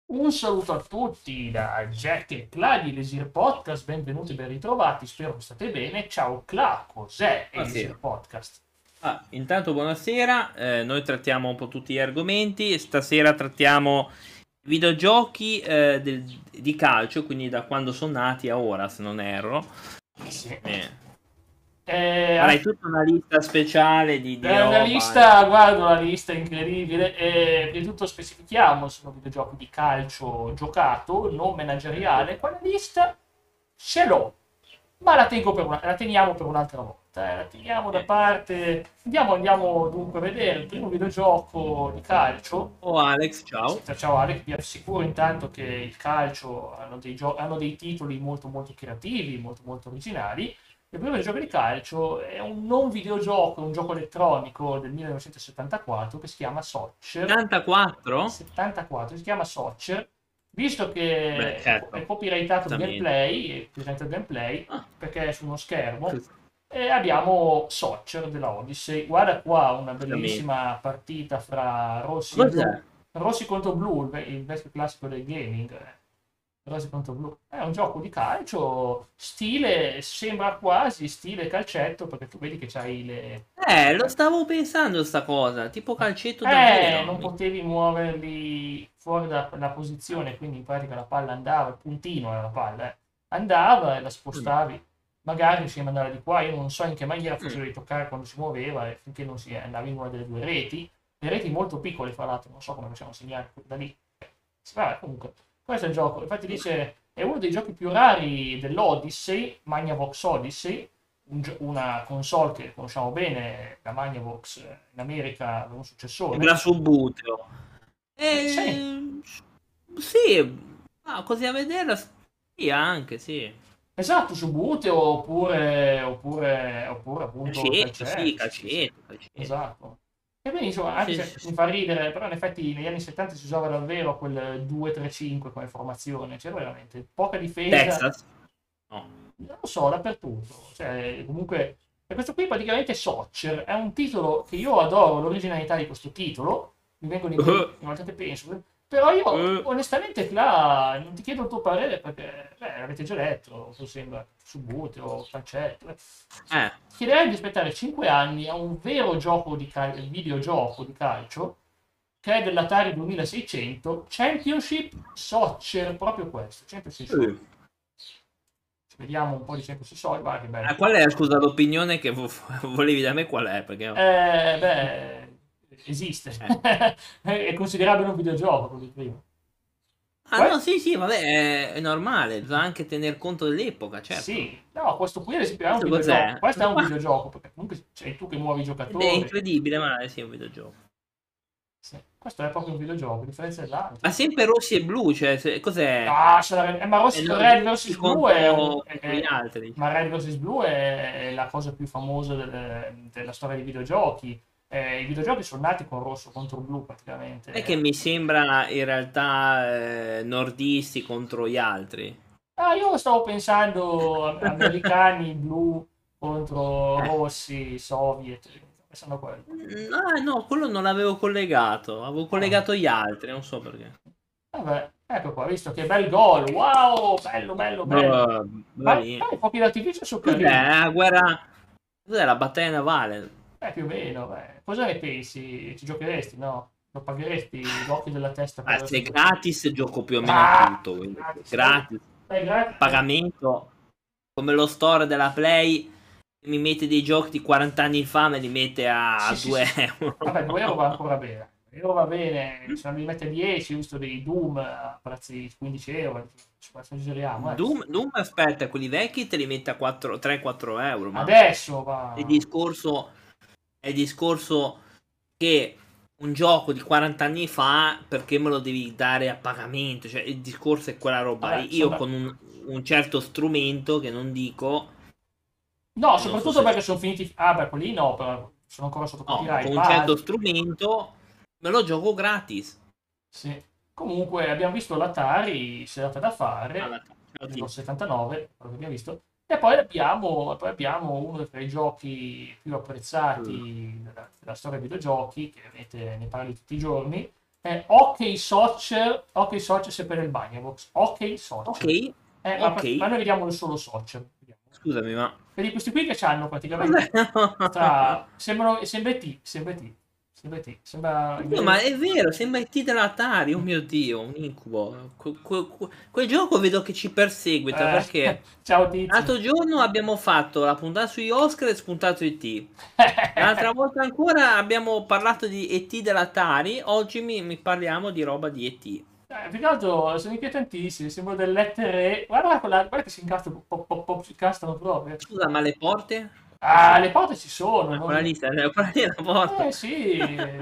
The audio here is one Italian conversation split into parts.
Un saluto a tutti da Jack e Cla di Elisir Podcast, benvenuti, ben ritrovati, spero che state bene. Ciao Cla, cos'è Elisir Buonasera. Podcast? Intanto buonasera, noi trattiamo un po' tutti gli argomenti. Stasera trattiamo videogiochi di calcio, quindi da quando sono nati a ora, se non erro. Sì. Eh, Anche Farai tutta una lista speciale di la roba. lista, guardo la lista, è incredibile. Prima di tutto specifichiamo, sono videogiochi di calcio giocato, non manageriale. Quella lista ce l'ho, ma la teniamo per un'altra volta. La teniamo da Eh. parte. Andiamo dunque a vedere il primo videogioco di calcio. Oh Alex, ciao. Ciao Alex, vi assicuro intanto che il calcio hanno dei titoli molto molto creativi, molto molto originali. Il primo gioco di calcio è un non videogioco, è un gioco elettronico del 1974 che si chiama Soccer. 84? 74, si chiama Soccer, visto Beh, che è certo, copyrightato il giustamente. gameplay, è presente il gameplay, Ah, perché è su uno schermo, giust- e abbiamo Soccer della Odyssey. Guarda qua una giustamente. bellissima partita fra Rossi e Cos'è? Blu. Rossi contro Blu, il vecchio classico del gaming. Rossi contro Blu. È un gioco di calcio, stile, sembra quasi stile calcetto, perché tu vedi che c'hai le... Lo stavo pensando sta cosa, tipo calcetto Non davvero. potevi muoverli fuori dalla posizione, quindi in pratica la palla andava, il puntino era la palla, andava e la Mm, spostavi. Magari riuscivi a mandare di qua, io non so in che maniera forse mm. devi toccare quando si muoveva e finché non si andava in una delle due reti. Le reti molto piccole, fra l'altro, non so come facciamo a segnare da lì. Vabbè, comunque, questo è il gioco. Infatti dice, è uno dei giochi più rari dell'Odyssey, Magnavox Odyssey, una console che conosciamo bene, la Magnavox in America aveva un Sembra successore. Subbuteo. Sì, Eh, sì, così a vederla, sì, anche, sì. esatto, su Buteo oppure appunto Calcetto, sì, Calcetto, sì, sì, sì, calcetto, calcetto. esatto. E benissimo, anche Sì, se sì, sì. mi fa ridere, però in effetti negli anni 70 si usava davvero quel 2-3-5 come formazione, c'era veramente poca difesa. Texas? No. Non lo so, dappertutto. Cioè, comunque, e questo qui praticamente è Soccer, è un titolo che io adoro l'originalità di questo titolo, mi vengono in mente ogni volta che penso, però io Uh, onestamente là non ti chiedo il tuo parere perché l'avete già letto, tu sembra su Boot o Calcetto. eh, Chiederei di aspettare 5 anni a un vero gioco videogioco di calcio che è dell'Atari 2600 Championship Soccer, proprio questo, Championship Soccer. uh. Vediamo un po' di Championship Soccer, guarda che bello. Qual è, scusa, l'opinione che volevi da me? Qual è? Perché, Beh, esiste. eh. È considerabile un videogioco, come prima. Ah, no, sì, sì, vabbè, è normale, bisogna anche tener conto dell'epoca, certo. Sì, no, questo qui ad esempio è un Questo videogioco. cos'è? Questo è Questo un qua videogioco, perché comunque sei tu che muovi i ed è giocatori. incredibile, ma sì, è un videogioco. Sì, questo è proprio un videogioco, a differenza Ma dell'altro. sempre rossi e blu, cioè, cos'è? Ah, ma Red Nordisti vs Blue è un... contro gli altri. ma Red vs Blue è la cosa più famosa della storia dei videogiochi. I videogiochi sono nati con rosso contro blu È che praticamente. mi sembra in realtà nordisti contro gli altri. Ah, io stavo pensando americani blu contro Eh. rossi, soviet, stavo pensando a quello. Ah, no, quello non l'avevo collegato. Avevo Ah, collegato gli altri, non so perché. vabbè, ecco qua, visto che bel gol, wow, bello, bello, bello. Boh, va Ma lì. i fuochi d'artificio sono Cos'è? carini, La guerra. Cos'è la battaglia navale? più o meno, beh. Cosa ne pensi? Ci giocheresti, no? Lo pagheresti l'occhio della testa per Se adesso è giocare? gratis gioco più o meno a Ah, tutto. Quindi, se è gratis, gratis. A gratis. pagamento. Come lo store della Play. Mi mette dei giochi di 40 anni fa, me li mette a Sì, sì, 2 sì, sì. euro. Vabbè, 2 euro va ancora bene. Euro va bene, se non mi mette 10, ho visto dei Doom a prezzi 15 euro, ci esageriamo, eh. Doom, aspetta, quelli vecchi te li mette a 3-4 euro, ma Adesso il va... discorso è il discorso che un gioco di 40 anni fa, perché me lo devi dare a pagamento? Cioè, il discorso è quella roba. Vabbè, Io con un certo strumento, che non dico, no, non so soprattutto se... perché sono finiti... Ah, beh, quelli no, però sono ancora sotto No, copyright. con un certo strumento me lo gioco gratis. Sì. Comunque abbiamo visto l'Atari, serata da fare, Alla- alla dello fine. 79, quello che abbiamo visto, e poi abbiamo uno dei giochi più Mm. apprezzati della storia dei videogiochi, che ovviamente ne parli tutti i giorni, Hockey Soccer, Hockey Soccer sempre nel Magnavox. Hockey Soccer. Ok, ok. Ma noi vediamo il solo Soccer. Vediamo. Scusami, ma... Vedi questi qui che hanno praticamente sembra ET, sembra ET, sembra ET, sembra No, ma è vero, sembra IT dell'Atari, oh mio Dio, un incubo. Quel gioco vedo che ci perseguita perché ciao Tizio. l'altro giorno abbiamo fatto la puntata sugli Oscar e spuntato IT. L'altra volta ancora abbiamo parlato di ET dell'Atari, oggi mi parliamo di roba di ET. Più che altro sono inquietantissimi, sembrano delle lettere. Guarda che si incastrano, si incastrano proprio. Scusa, ma le porte? Ah, le porte ci sono. Quella lì, quella lì è la porta. Sì.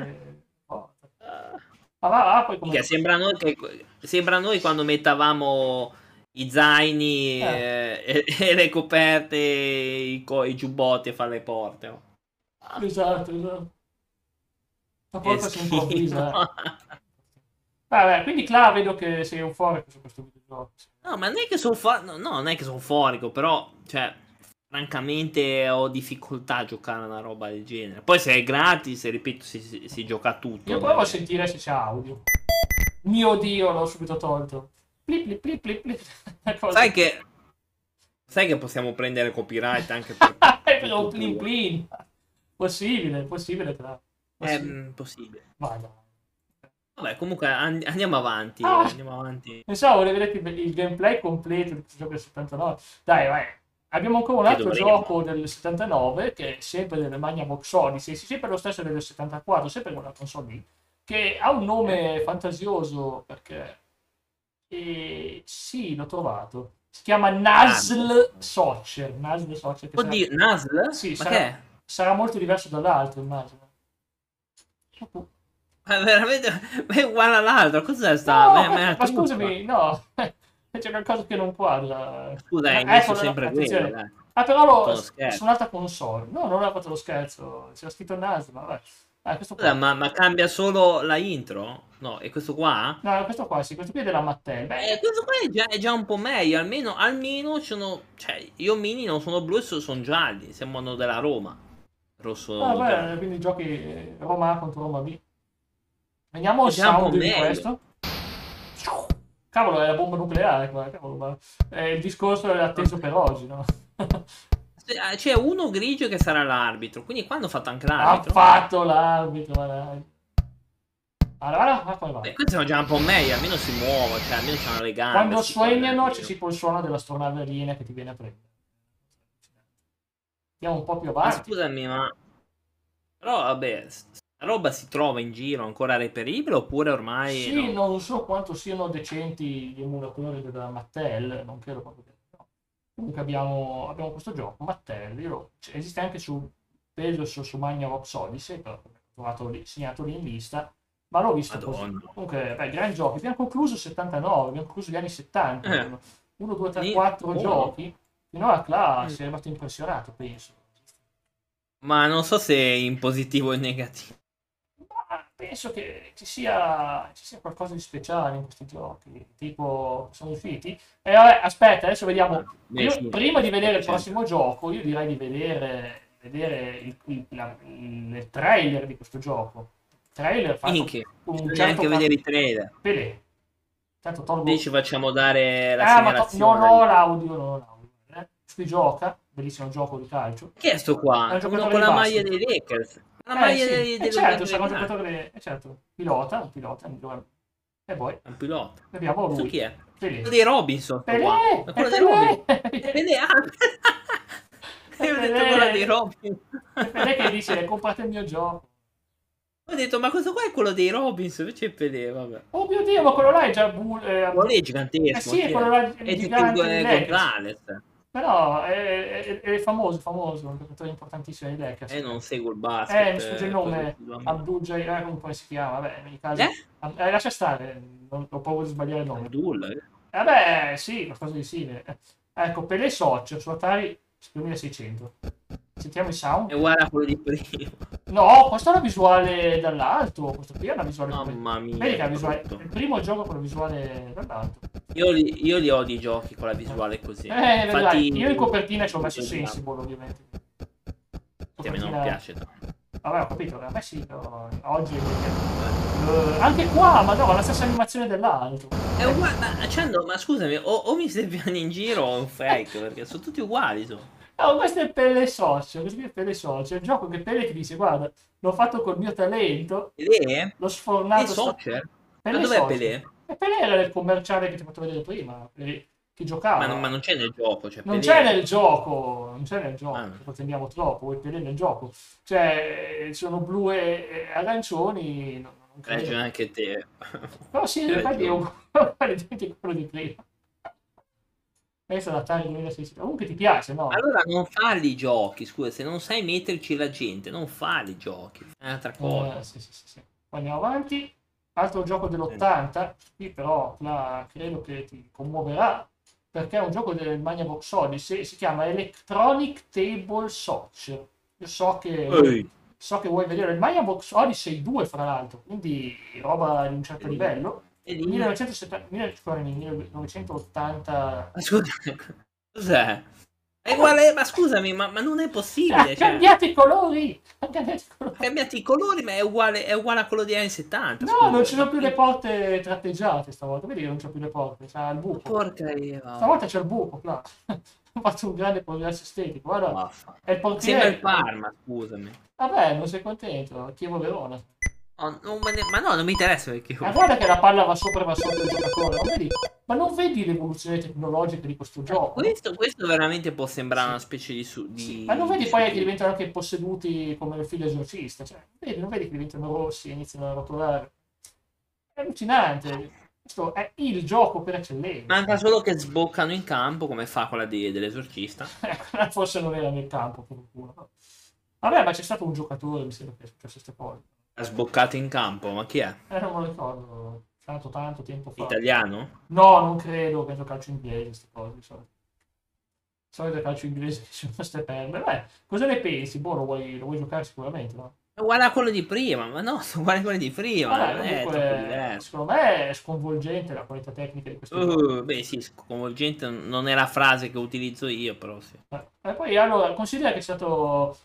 Va, poi come... Sembra a noi quando mettavamo i zaini e le coperte, i giubbotti a fare le porte. Oh. Esatto. La porta si Schifo. improvvisa. Vabbè, quindi Cla vedo che sei euforico su questo videogioco. No, ma non è che sono no, non è che sono euforico, però, cioè, francamente ho difficoltà a giocare a una roba del genere. Poi se è gratis, ripeto, si gioca tutto. Io provo a sentire se c'è audio. Mio Dio, l'ho subito tolto. Plip, plip, plip, plip. Sai che possiamo prendere copyright anche per... per un plin plin. Possibile, Cla. È possibile. Vai. Vabbè, comunque andiamo avanti. Andiamo avanti. Pensavo di vedere il gameplay completo di questo gioco del 79. Dai, vai. Abbiamo ancora un altro gioco del 79 che è sempre delle Magnavox Odyssey, sempre lo stesso del 74, sempre con la console lì, che ha un nome fantasioso perché sì, l'ho trovato. Si chiama Nazl Soccer. Nazl Soccer. Oddio, Nazl? Sì, Ma sarà molto diverso dall'altro, immagino. Ma veramente è uguale all'altro, cos'è sta? No, ma scusami, no, c'è qualcosa che non quadra. Scusa, hai messo sempre quello, dai. Però su un'altra console. No, non ho fatto lo scherzo, c'era scritto Nas, ma vabbè. Scusa, ma cambia solo la intro? No, e questo qua? No, questo qua sì, questo qui è della Mattel. Questo qua è già un po' meglio, almeno sono... Cioè, io mini non sono blu e sono gialli, sembrano della Roma. Rosso. Vabbè, quindi giochi Roma A contro Roma B. Vediamo il sound di questo. Cavolo, è la bomba nucleare qua, cavolo, ma il discorso è atteso per oggi, no? C'è uno grigio che sarà l'arbitro, quindi quando ha fatto anche l'arbitro? Ha fatto l'arbitro, allora, questi sono già un po' meglio, almeno si muove, cioè almeno c'hanno le gambe. Quando suegnano c'è tipo il suono della stronata aliena che ti viene a prendere. Andiamo un po' più avanti. Ma scusami, ma... Però vabbè... La roba si trova in giro ancora reperibile oppure ormai... Sì, no? Non so quanto siano decenti gli emulatori della Mattel, non credo proprio che... No. Comunque abbiamo questo gioco, Mattel, esiste anche penso su Magnavox Odyssey, però ho trovato segnato lì in lista, ma l'ho visto Madonna. così. Comunque, gran giochi. Abbiamo concluso il 79, abbiamo concluso gli anni 70. 1, 2, 3, 4 giochi. Finora Cla si è arrivato impressionato, penso. Ma non so se in positivo o in negativo. Penso che ci sia qualcosa di speciale in questi giochi, tipo sono usciti. E vabbè, aspetta, adesso vediamo. Prima di vedere il prossimo gioco, io direi di vedere il trailer di questo gioco. Il trailer fatto un certo anche vedere i trailer. Pelé. Tanto tolgo... Quindi ci facciamo dare la segnalazione. Non ho l'audio. Si gioca, bellissimo gioco di calcio. Chi è sto qua? Uno con la maglia dei Lakers. La maglia dei certo, sarà un giocatore, certo, un pilota, e poi un pilota. Abbiamo lui. Chi è? Pelé. Quello dei Robinson. Pelé, quello dei Robinson. Pelé. Ho detto quello dei Robinson. Pelé che dice comprate il mio gioco. Ho detto ma questo qua è quello dei Robinson, invece è Pelé, vabbè. Oh mio Dio, ma quello là è già quello lì è gigantesco. Sì, quello là è gigante. Gonzales. Però è famoso, un giocatore importantissimo dei Lakers. Non seguo il basket. Mi sfugge il nome, Abdul-Jabbar, come si chiama? Vabbè, in caso... lascia stare, non ho paura di sbagliare il nome. Abdul? Vabbè, sì, qualcosa di simile. Ecco, Pelé Soccer su Atari 2600. Sentiamo il sound. È uguale a quello di prima. No, questa è una visuale dall'alto. Questo qui è una visuale. Mamma mia. Vedi che è il primo gioco con la visuale dall'alto. Io li odio i giochi con la visuale così. Infatti, io in copertina ci ho messo Sensible, ovviamente. Che a me non piace tanto. Vabbè, ho capito, a me sì, però oggi anche qua, ma no, la stessa animazione dell'altro. È uguale, ma, cioè, no, ma scusami, o mi stai prendendo in giro o è un fake, perché sono tutti uguali, No, questo è Pele Social, questo qui è Pele Social, è il gioco che Pele ti dice, guarda, l'ho fatto col mio talento, Pelé? l'ho Pelé sfornato, Soccer? Ma Pele dov'è Social. Pelé? E Pele era il commerciale che ti ho fatto vedere prima, che Ma giocava. non c'è nel gioco, c'è Non c'è Pelé. nel gioco, non c'è nel gioco, Ah, ci pretendiamo troppo, vuoi Pelé nel gioco. Cioè, sono blu e arancioni, non hai ragione credo. anche te. Però sì, in Hai effetti è ragione. uguale identico a quello di prima. Penso da Atari 2600. Comunque ti piace, no? Allora non farli i giochi, scusa, se non sai metterci la gente, non farli i giochi, fai un'altra cosa. Sì, sì, sì, sì. Poi andiamo avanti. Altro gioco Eh, dell'80, qui però credo che ti commuoverà, perché è un gioco del Magnavox Odyssey, si chiama Electronic Table Soccer. Io Ehi, so che vuoi vedere il Magnavox Odyssey 2, fra l'altro, quindi roba di un certo vedi? livello. Vedi? 1970, 1980. Ma scusa, cos'è? È uguale, ma scusami, ma non è Ha possibile, cioè, cambiato i colori! Ha cambiato i ha colori! cambiato i colori, ma è uguale a quello dei anni 70, No, non scusa. ci sono più le porte tratteggiate stavolta. Vedi che non c'è più le porte, c'è il Ma buco. porca io. Stavolta c'è il buco, là. Ho fatto un grande progresso estetico. Guarda, Vaffa. è il Sembra il portiere. Parma, scusami. Vabbè, non sei contento. Chievo-Verona. Oh, ma no, non mi interessa perché Ma guarda che la palla va sopra e va sotto il giocatore. Non vedi? Ma non vedi l'evoluzione tecnologica di questo gioco? questo veramente può sembrare una Sì. specie di, Sì, ma non di vedi poi che succo. diventano anche posseduti come il figlio esorcista? Cioè, non vedi che diventano rossi e iniziano a rotolare? È allucinante. Questo è il gioco per eccellenza. Manca solo che sboccano in campo come fa quella dell'esorcista. Forse non era nel campo, per culo. Vabbè, ma c'è stato un giocatore, mi sembra che è successo queste cose. Ha sboccato in campo, ma chi è? Non me lo ricordo, tanto tempo fa. Italiano? No, non credo, penso calcio inglese, queste cose, di solito calcio inglese ci sono queste perle. Beh, cosa ne pensi? Boh, lo vuoi giocare sicuramente, no? È uguale a quello di prima, ma no, sono uguali a quelli di prima, Vabbè, non è troppo comunque, diverso. secondo me è sconvolgente la qualità tecnica di questo gioco. Beh, sì, sconvolgente non è la frase che utilizzo io, però sì. E poi allora, considera che è stato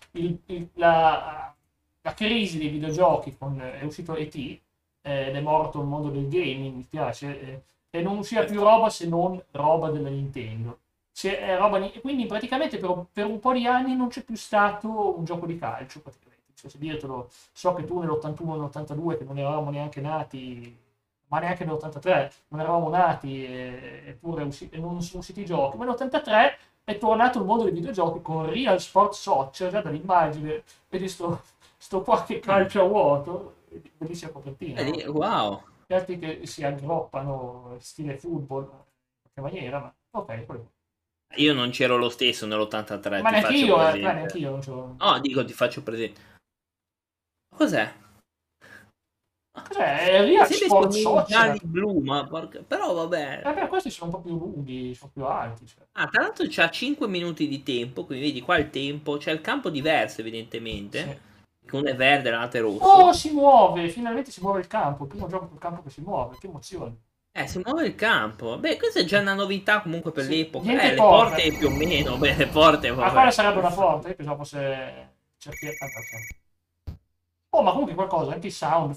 la crisi dei videogiochi, è uscito E.T. Ed è morto il mondo del gaming, mi spiace, e non usciva più roba se non roba della Nintendo. Quindi praticamente per un po' di anni non c'è più stato un gioco di calcio, praticamente. Cioè, se dirtelo, so che tu nell'81 nell'82, che non eravamo neanche nati, ma neanche nell'83, non eravamo nati, e non sono usciti i giochi, ma nell'83 è tornato il mondo dei videogiochi con Real Sport Soccer, già dall'immagine, vedi sto qua che Mm. calcio a vuoto, bellissima copertina, no? Wow. Certi che si aggruppano stile football, in qualche maniera, ma ok, quello. Io non c'ero lo stesso nell'83, Ma ti neanche faccio io, neanche presente. io non c'ho. No, dico, ti faccio presente. Cos'è? Cos'è? È Mi Real sembra Sport siano Soccer? gialli blu, ma però vabbè. Beh, questi sono un po' più lunghi, sono più alti, cioè. Ah, tra l'altro c'ha 5 minuti di tempo, quindi vedi qua il tempo, c'è il campo diverso Sì. evidentemente, che uno è verde e l'altro è Oh, rosso. si muove! Finalmente si muove il campo. Il primo gioco col campo che si muove, che emozione. Si muove il campo. Beh, questa è già una novità comunque per Sì, l'epoca. niente Le porte. porte più o meno, beh, le porte, Quella vabbè. sarebbe una porta. Io pensavo fosse. Ok. Oh, ma comunque qualcosa, anche i sound.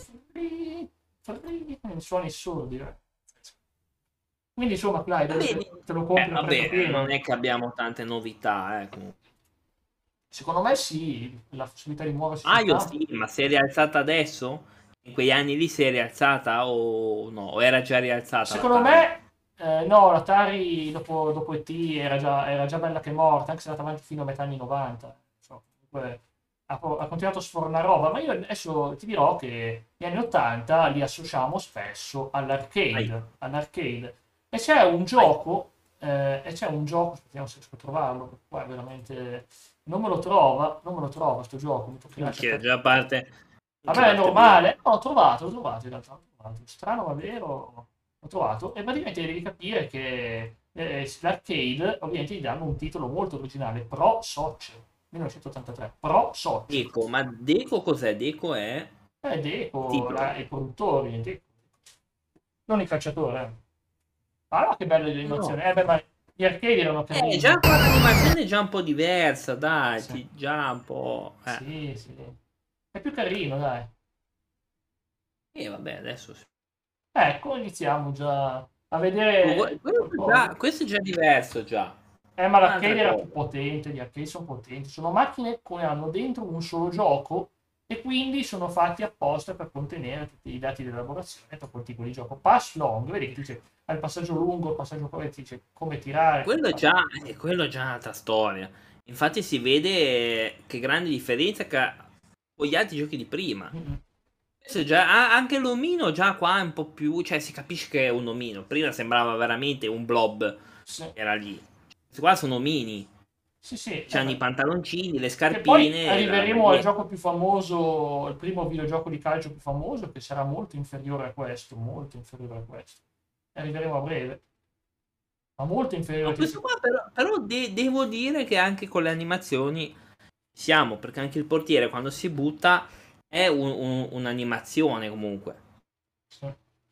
Suoni assurdi. Quindi insomma, Ma Clyde, vedi? te lo compri a prezzo Vabbè, non pieno. è che abbiamo tante novità, comunque. Secondo me sì, la possibilità di muoversi Ah, sul io campo. sì, ma si è rialzata adesso? In quegli anni lì si è rialzata o no? O era già rialzata la Secondo Tari? me, no, l'Atari dopo ET era già bella che morta, anche se è andata avanti fino a metà anni 90. Insomma, comunque ha continuato a sfornare roba, ma io adesso ti dirò che gli anni 80 li associamo spesso Ai, all'arcade. E c'è un ai. gioco, vediamo se riesco a trovarlo, perché qua è veramente. Non me lo trova sto gioco, mi toccherà Minchia, cercare. già Vabbè, è parte bene. normale. No, l'ho trovato in realtà. L'ho trovato. Strano ma vero, l'ho trovato. E praticamente devi capire che l'arcade ovviamente gli danno un titolo molto originale, Pro Soccer, 1983. Pro Soccer. Deco, ma Deco cos'è? Deco è Deco, tipo. i produttori, non il calciatore. Ah, no, che bella No. l'animazione. Beh, ma gli arcade erano Già carini. qua l'animazione è già un po' diversa, dai, Sì, già un po'. sì, sì. È più carino, dai. E vabbè, adesso sì. Ecco, iniziamo già a vedere qualcosa. Questo è già diverso già. Ma l'arcade Un'altra era più cosa. potente, gli arcade sono potenti, sono macchine che hanno dentro un solo gioco e quindi sono fatti apposta per contenere tutti i dati di elaborazione per quel tipo di gioco. Pass long, vedi che ti dice il passaggio lungo, il passaggio corto, ti dice come tirare, come fare. Quello è già un'altra storia. Infatti si vede che grande differenza con gli altri giochi di prima. Mm, Questo è già, anche l'omino già qua è un po' più, cioè si capisce che è un omino. Prima sembrava veramente un blob sì, che era lì. Questi qua sono omini. sì, sì, C'hanno i vabbè. pantaloncini, le Che poi scarpine e la arriveremo al maglietta. gioco più famoso, il primo videogioco di calcio più famoso, che sarà molto inferiore a questo, molto inferiore a questo. Arriveremo a breve, ma molto No, inferiore. questo qua però devo dire che anche con le animazioni siamo, perché anche il portiere quando si butta è un'animazione comunque. Sì.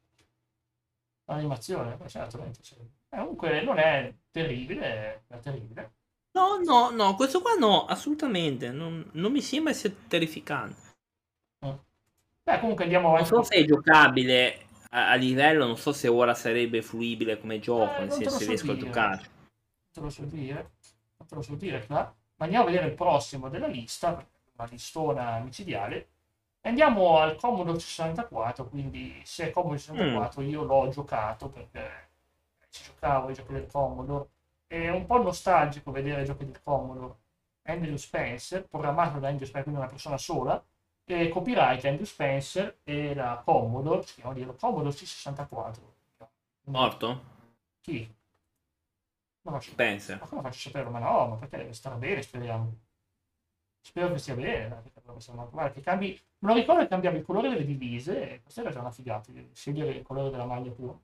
L'animazione, certamente sì. Comunque non è terribile, è terribile. No, no, no, questo qua no, assolutamente, non mi sembra essere terrificante. Mm. Beh, comunque andiamo Non avanti so con... se è giocabile a livello, non so se ora sarebbe fruibile come gioco, nel Non te lo senso se so riesco a dire, giocare. non te lo so dire, non te lo so dire qua. Ma andiamo a vedere il prossimo della lista, una listona micidiale. E andiamo al Commodore 64, quindi se è Commodore Mm, 64 io l'ho giocato perché ci giocavo ai giochi del Commodore. È un po' nostalgico vedere i giochi del Commodore. Andrew Spencer, programmato da Andrew Spencer, quindi una persona sola, e copyright Andrew Spencer e la Commodore, si chiama dire Commodore C64. Quindi, morto? chi? Ma, faccio- Pensa. ma come faccio a saperlo? Ma no, ma perché deve stare bene, speriamo. Spero che stia bene, dai, perché dovrebbe essere guarda, che cambi... Me lo ricordo che cambiava il colore delle divise, e questa era già una figata, di scegliere il colore della maglia tua.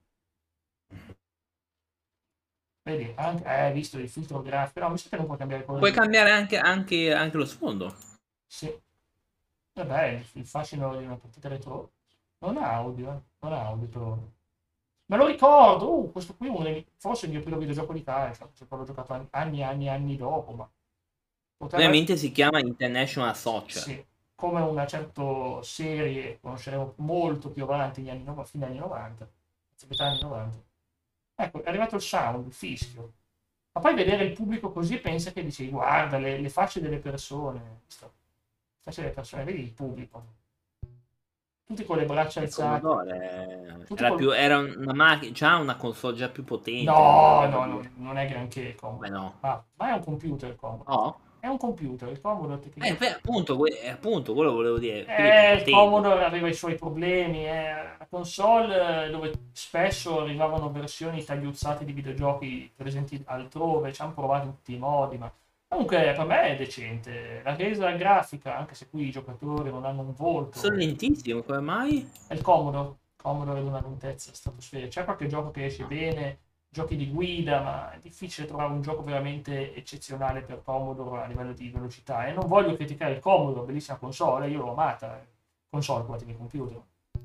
Vedi, anche, hai visto il filtro grafico, no, mi sa che non puoi cambiare il colore Puoi di... cambiare anche lo sfondo. Sì, vabbè, il fascino di una partita retro. Non ha audio, non ha audio però. Me lo ricordo, questo qui è forse il mio primo videogioco di calcio, cioè, poi l'ho giocato anni e anni e anni dopo, ma poteva... Ovviamente si chiama International Soccer. Sì, come una certa serie conosceremo molto più avanti, fine anni 90, metà anni 90. Ecco, è arrivato il sound, il fischio. Ma poi vedere il pubblico così pensa che dici, guarda le facce delle persone, le facce delle persone, vedi il pubblico, tutti con le braccia Il alzate, Commodore tutti era col... più, era una macchina, già una console già più potente, No, roba no, di... non è granché il Beh Commodore, no. ma è un computer il Commodore. No? È un computer, il Commodore Beh, tecnicamente. appunto, appunto, quello volevo dire. Quelli più Il potenti. Commodore aveva i suoi problemi, la console dove spesso arrivavano versioni tagliuzzate di videogiochi presenti altrove, ci hanno provato in tutti i modi, ma comunque per me è decente. La resa grafica, anche se qui i giocatori non hanno un Sono volto, lentissimo, come mai? è il Commodore. Commodore è di una lentezza stratosferica. C'è qualche gioco che esce No. bene, giochi di guida, ma è difficile trovare un gioco veramente eccezionale per Commodore a livello di velocità. E non voglio criticare il Commodore, bellissima console, io l'ho amata. Console, quella di computer.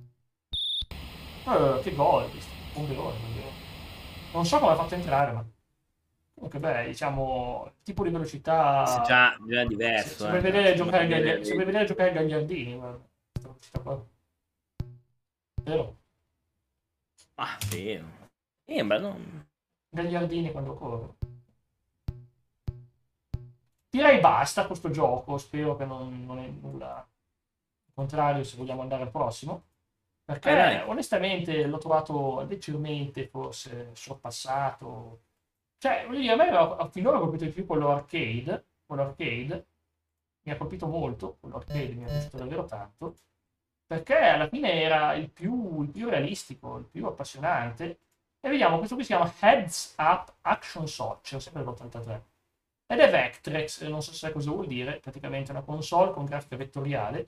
Che gol, questo. Un gol, un gol. Non so come ha fatto entrare, ma comunque, beh, diciamo, il tipo di Questo è velocità. già Se diverso, vuoi già. vedere Stiamo giocare cambiando le Se vuoi reti. vedere giocare Gagliardini, guarda, questa velocità qua. Vero? Ah, sì. Sembra, no? Gagliardini quando corre. Direi basta a questo gioco, spero che non è nulla al contrario se vogliamo andare al prossimo, Vai, perché dai. onestamente l'ho trovato leggermente forse sorpassato. Cioè, voglio dire, a me aveva finora colpito di più quello arcade mi ha colpito molto, quello arcade mi è piaciuto davvero tanto, perché alla fine era il più realistico, il più appassionante. E vediamo, questo qui si chiama Heads Up Action Soccer, sempre dell'83. Ed è Vectrex, non so se sai cosa vuol dire, praticamente una console con grafica vettoriale.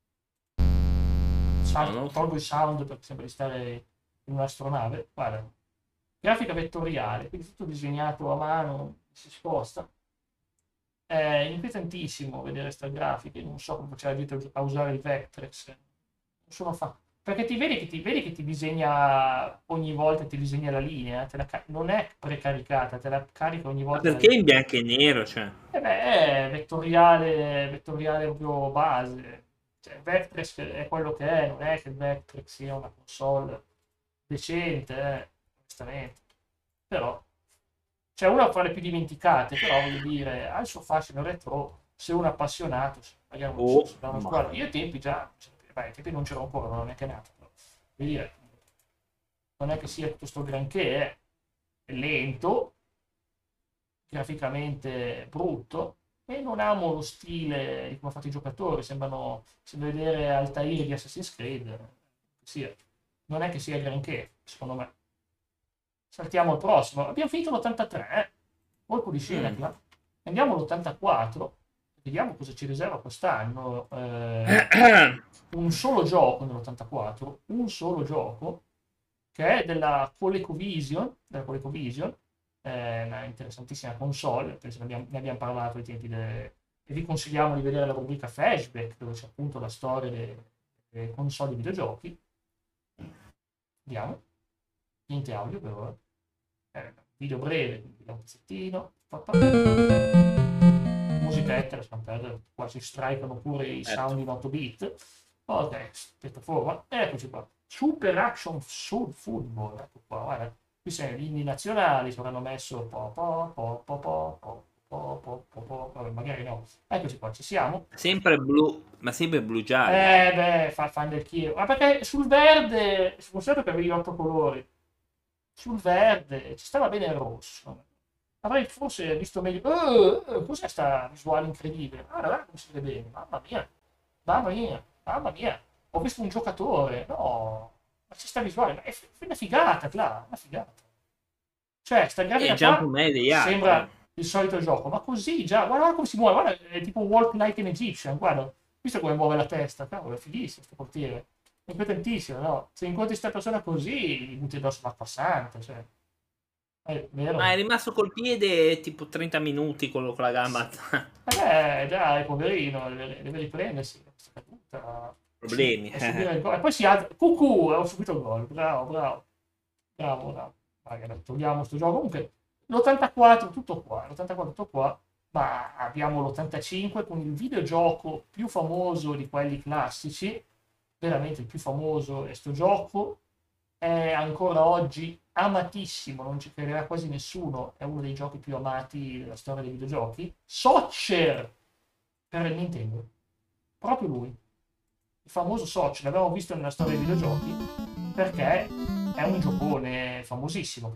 No, non lo so. Tolgo il sound perché sembra di stare in un'astronave. Guarda, grafica vettoriale, quindi tutto disegnato a mano, si sposta. È inquietantissimo vedere queste grafiche, non so come faceva la gente a usare il Vectrex. Non sono fa... Perché vedi che ti disegna ogni volta, ti disegna la linea, non è precaricata, te la carica ogni Ma volta la perché linea. in bianco e nero, cioè? E beh, è vettoriale proprio base. cioè, Vectrex è quello che è, non è che il Vectrex sia una console decente, onestamente. Però, cioè una fra le più dimenticate, però voglio dire, ha il suo fascino retro, se uno è appassionato, magari uno Oh, si dà uno ma sguardo. Io ai tempi già, beh, ai tempi non c'ero ancora, non ero neanche nato, però, voglio dire, non è che sia tutto sto granché, è lento, graficamente brutto, e non amo lo stile di come ha fatto i giocatori, sembrano, se vedere Altair di Assassin's Creed, sia, non è che sia granché, secondo me. Saltiamo al prossimo. Abbiamo finito l'83, colpo di scena, mm. andiamo all'84, vediamo cosa ci riserva quest'anno. Un solo gioco nell'84, un solo gioco, che è della ColecoVision, una interessantissima console, penso ne abbiamo parlato ai tempi e vi consigliamo di vedere la rubrica Flashback, dove c'è appunto la storia delle console di videogiochi. Vediamo, niente audio per ora. Video breve, quindi da un pezzettino. Musichetta, lasciamo perdere, qua si strikano pure i Certo. sound in 8 bit. Ok, piattaforma, eccoci qua. Super Action Soul Football, ecco qua, guarda. Qui sono gli inni nazionali, ci avranno messo vabbè, magari no. Eccoci qua, ci siamo. Sempre blu, ma sempre blu giallo. Beh, fan del Chievo. Ma perché sul verde, si considera che avevi 8 colori, sul verde ci stava bene il rosso. Avrei forse visto meglio. Cos'è sta visuale incredibile? Ah, guarda come si vede bene. Mamma mia, mamma mia, mamma mia. Ho visto un giocatore. No, ma c'è sta visuale. Ma è una figata, là, una figata. Cioè, sta E grafica già un po' qua meglio degli sembra altri. il solito gioco, ma così già, guarda come si muove, guarda, è tipo Walk Like an Egyptian, guarda, visto come muove la testa, cavolo, è fighissimo questo portiere, è impotentissimo, no? Se incontri questa persona così, gli butti addosso l'acqua santa, cioè, è Ma è vero? rimasto col piede tipo 30 minuti con la gamba. Dai, poverino, deve riprendersi, questa caduta, Problemi. e subire il gol, e poi si alza, cucù, ho subito il gol, bravo, bravo, bravo, bravo. Magari togliamo sto gioco, comunque l'84 tutto qua, l'84 tutto qua, ma abbiamo l'85 con il videogioco più famoso di quelli classici, veramente il più famoso è sto gioco, è ancora oggi amatissimo, non ci crederà quasi nessuno, è uno dei giochi più amati della storia dei videogiochi, Soccer per il Nintendo, proprio lui, il famoso Soccer, l'abbiamo visto nella storia dei videogiochi, perché è un giocone famosissimo.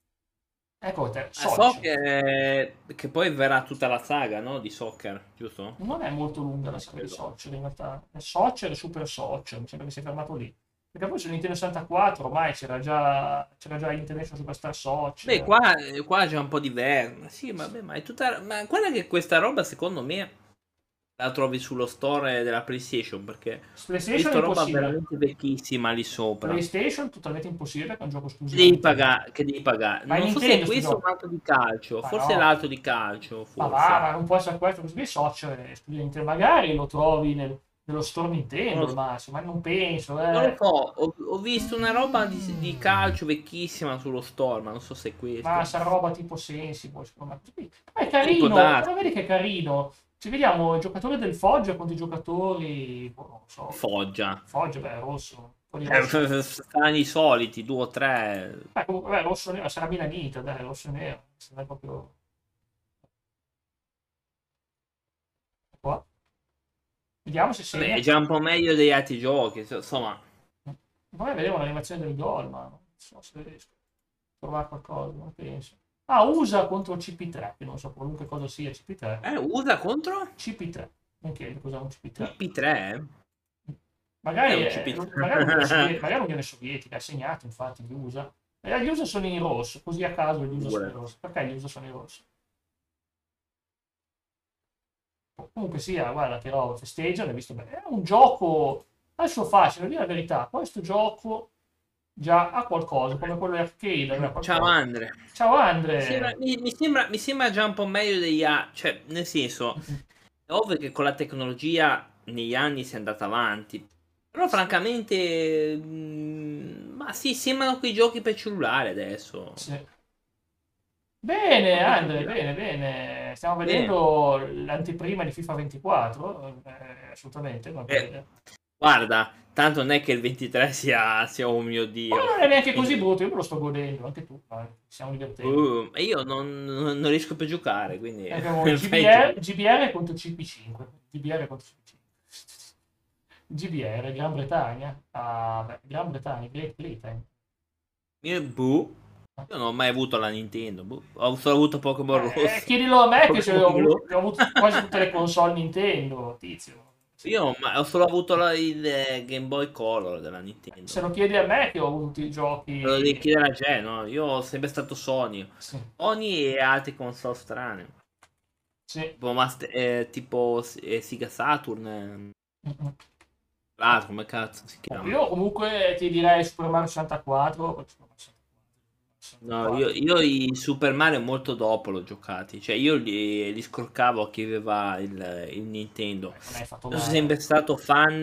Ecco te, So Soccer. che poi verrà tutta la saga, no? Di soccer, giusto? Non è molto lunga la Non storia di credo. Soccer in realtà. È Soccer e Super Soccer, mi sembra che sia fermato lì. Perché poi su Nintendo 64 ormai c'era già International Superstar Beh, Soccer. qua c'è un po' di verna. Sì, vabbè, ma è tutta. Ma guarda che questa roba, secondo me, la trovi sullo store della PlayStation, perché ho PlayStation è visto roba impossibile. veramente vecchissima lì sopra. PlayStation totalmente impossibile, che è un gioco Che devi esclusivamente lì. pagare, che devi pagare. Ma è Non so se è Nintendo sto questo o gioco. un altro di calcio. Ma Forse è no. l'altro di calcio, Ma va, forse. ma non può essere questo, così Soccer è esclusivamente. Magari lo trovi nello store Non Nintendo lo al so. massimo, ma non penso, Non lo so, ho visto una roba di calcio vecchissima sullo store, ma non so se è Ma questo. sarà roba tipo Sensible, secondo me. Ma è Può carino, darsi. però vedi che è carino. Ci vediamo i giocatori del Foggia contro i giocatori, boh, non so, Foggia. Foggia, beh, rosso, un po' di rosso. Stanno i soliti, due o tre. Comunque, beh, rosso nero, sarà Milanita, dai, rosso nero, se non è proprio qua. Vediamo se Vabbè, è segna. già un po' meglio degli altri giochi, insomma. Vorrei vedere un'animazione del gol, ma non so se riesco a trovare qualcosa, non penso. Ah, USA contro CP3, che non so qualunque cosa sia CP3. Usa contro CP3, non chiedo cos'è un CP3. CP3? È Magari, un CP3. magari l'Unione Sovietica ha segnato infatti gli USA. E gli USA sono in rosso, così a caso gli USA sono in Pure. rosso. Perché gli USA sono in rosso? Comunque sia, guarda che roba, festeggiano, hai visto bene. È un gioco, ha il suo fascino, a dire la verità. Questo gioco già ha qualcosa, come quello di arcade, aveva Ciao qualcosa. Andre. Ciao Mi sembra, Andre! mi sembra già un po' meglio degli altri. Cioè, nel senso, è ovvio che con la tecnologia negli anni si è andata avanti. Però Sì, francamente, ma sì, sembrano quei giochi per cellulare adesso. sì. Bene, Non Andre, capito. bene, bene. Stiamo Bene. vedendo l'anteprima di FIFA 24, assolutamente, come puoi Eh, vedere. guarda, tanto non è che il 23 sia un mio Ma dio. non è neanche così Quindi, brutto, io me lo sto godendo, anche tu, dai, ci stiamo divertendo. e io non riesco più a giocare, quindi Abbiamo fai tu. GBR contro CP5. GBR contro CP5. GBR, Gran Bretagna. Ah, beh, Gran Bretagna, Great Britain. Boh, io non ho mai avuto la Nintendo. Boh. Ho solo avuto Pokémon Rosso Chiedilo a e me che Pokémon Blu. ho avuto quasi tutte le console Nintendo, tizio. Ho solo avuto il Game Boy Color della Se Nintendo. lo chiedi a me che ho avuto tutti i Lo devi giochi. chiedere a Jay, no? Io ho sempre stato Sony. Sì, Sony e altre console strane. sì. Tipo Sega Saturn. Mm-mm. L'altro, come cazzo si Oh, chiama? io comunque ti direi Super Mario 64. No, 64. io i Super Mario molto dopo l'ho giocati. Cioè, io li scorcavo a chi aveva il Nintendo. Non hai fatto Io sono male. sempre stato fan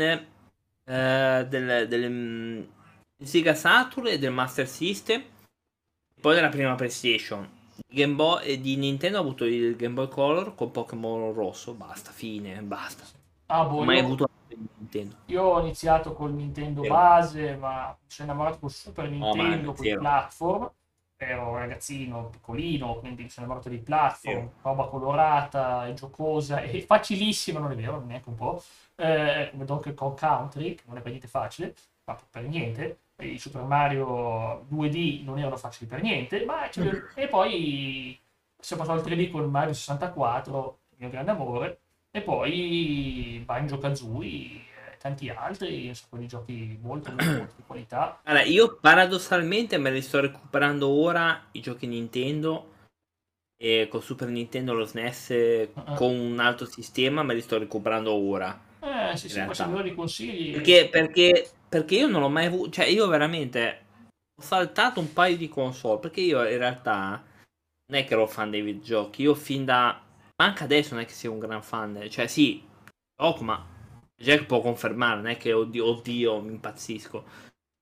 del Sega Saturn e del Master System. Poi della prima PlayStation. Game Boy e di Nintendo ho avuto il Game Boy Color con Pokémon Rosso. Basta, fine, basta. Ah, Non boh, ho mai avuto il Nintendo. io ho iniziato col Nintendo Zero. base, ma mi sono innamorato col Super No, ma Nintendo, col zero. platform. Ero un ragazzino piccolino, quindi mi sono innamorato dei Zero. platform, roba colorata e giocosa e facilissima, non è vero, neanche un po', come Donkey Kong Country, che non è per niente facile, ma per niente. E i Super Mario 2D non erano facili per niente, e poi siamo passato al 3D con Mario 64, il mio grande amore, e poi Banjo-Kazooie e tanti altri, un sacco di giochi molto, molto, molto di qualità. Allora, io paradossalmente me li sto recuperando ora i giochi Nintendo e con Super Nintendo lo SNES Eh, con un altro sistema me li sto recuperando ora, sì, in sì, poi se mi do realtà. dei consigli. Perché io non l'ho mai avuto, cioè io veramente ho saltato un paio di console, perché io in realtà non è che ero fan dei videogiochi, io fin da... ma anche adesso non è che sia un gran fan, cioè sì, gioco, ma Jack può confermare, non è che oddio, oddio mi impazzisco.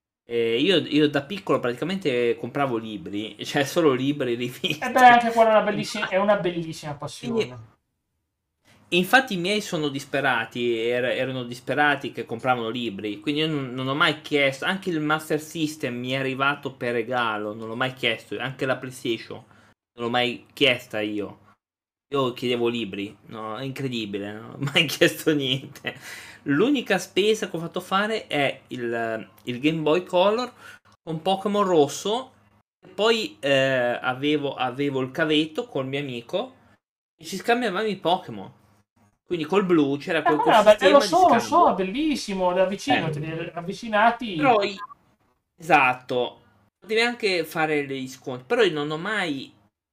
Io da piccolo praticamente compravo libri, cioè solo libri, E beh, riviste. anche quella è una bellissima Quindi, passione. infatti i miei sono disperati, erano disperati che compravano libri, quindi io non ho mai chiesto, anche il Master System mi è arrivato per regalo, non l'ho mai chiesto, anche la PlayStation non l'ho mai chiesta io. Io chiedevo libri, no, è incredibile, non ho mai chiesto niente. L'unica spesa che ho fatto fare è il Game Boy Color con Pokémon rosso. E poi avevo il cavetto col mio amico e ci scambiavamo i Pokémon. Quindi col blu c'era quel Lo sistema di so, lo so, è scambio. bellissimo, da vicino, te Eh, li avvicinati. però, esatto, devi anche fare gli sconti. Però io non ho mai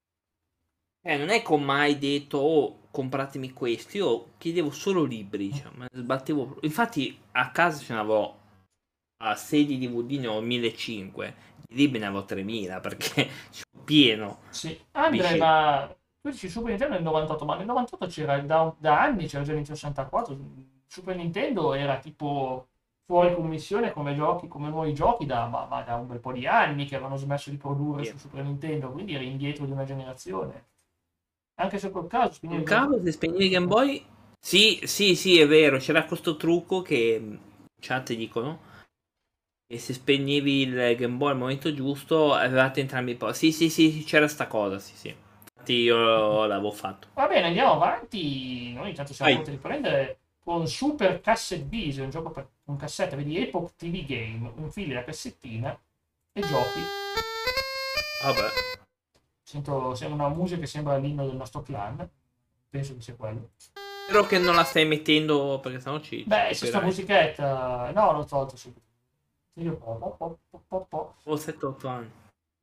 non è che ho mai detto, oh, compratemi questo. Io chiedevo solo libri, cioè, me ne sbattevo. Infatti, a casa ce n'avevo a 6 di DVD, ne ho 1500. Di libri ne avevo 3000 perché c'ho pieno. Sì, Andre, Capisci? ma tu dici Super Nintendo nel 98, ma nel 98 c'era da anni, c'era già Nintendo 64. Super Nintendo era tipo fuori commissione come giochi, come nuovi giochi ma da un bel po' di anni che avevano smesso di produrre Sì. su Super Nintendo, quindi eri indietro di una generazione. Anche se col caso, Un spegnevi Game Boy. cavo se spegnevi Game Boy? Sì, sì, sì, è vero. C'era questo trucco che in chat dicono. E se spegnevi il Game Boy al momento giusto, avevate entrambi i posti. Sì, sì, sì, c'era sta cosa, sì, sì. Infatti io l'avevo fatto. Va bene, andiamo avanti. Noi intanto siamo Vai. pronti a riprendere con Super Cassette Beat, un gioco con cassetta, vedi Epoch TV Game, infili la cassettina e giochi. Vabbè. Sembra una musica che sembra l'inno del nostro clan. Penso che sia quello. Spero che non la stai mettendo perché sennò ci Beh, c'è sta copyright. musichetta. No, l'ho tolto subito. Io po. Ho 7-8 anni.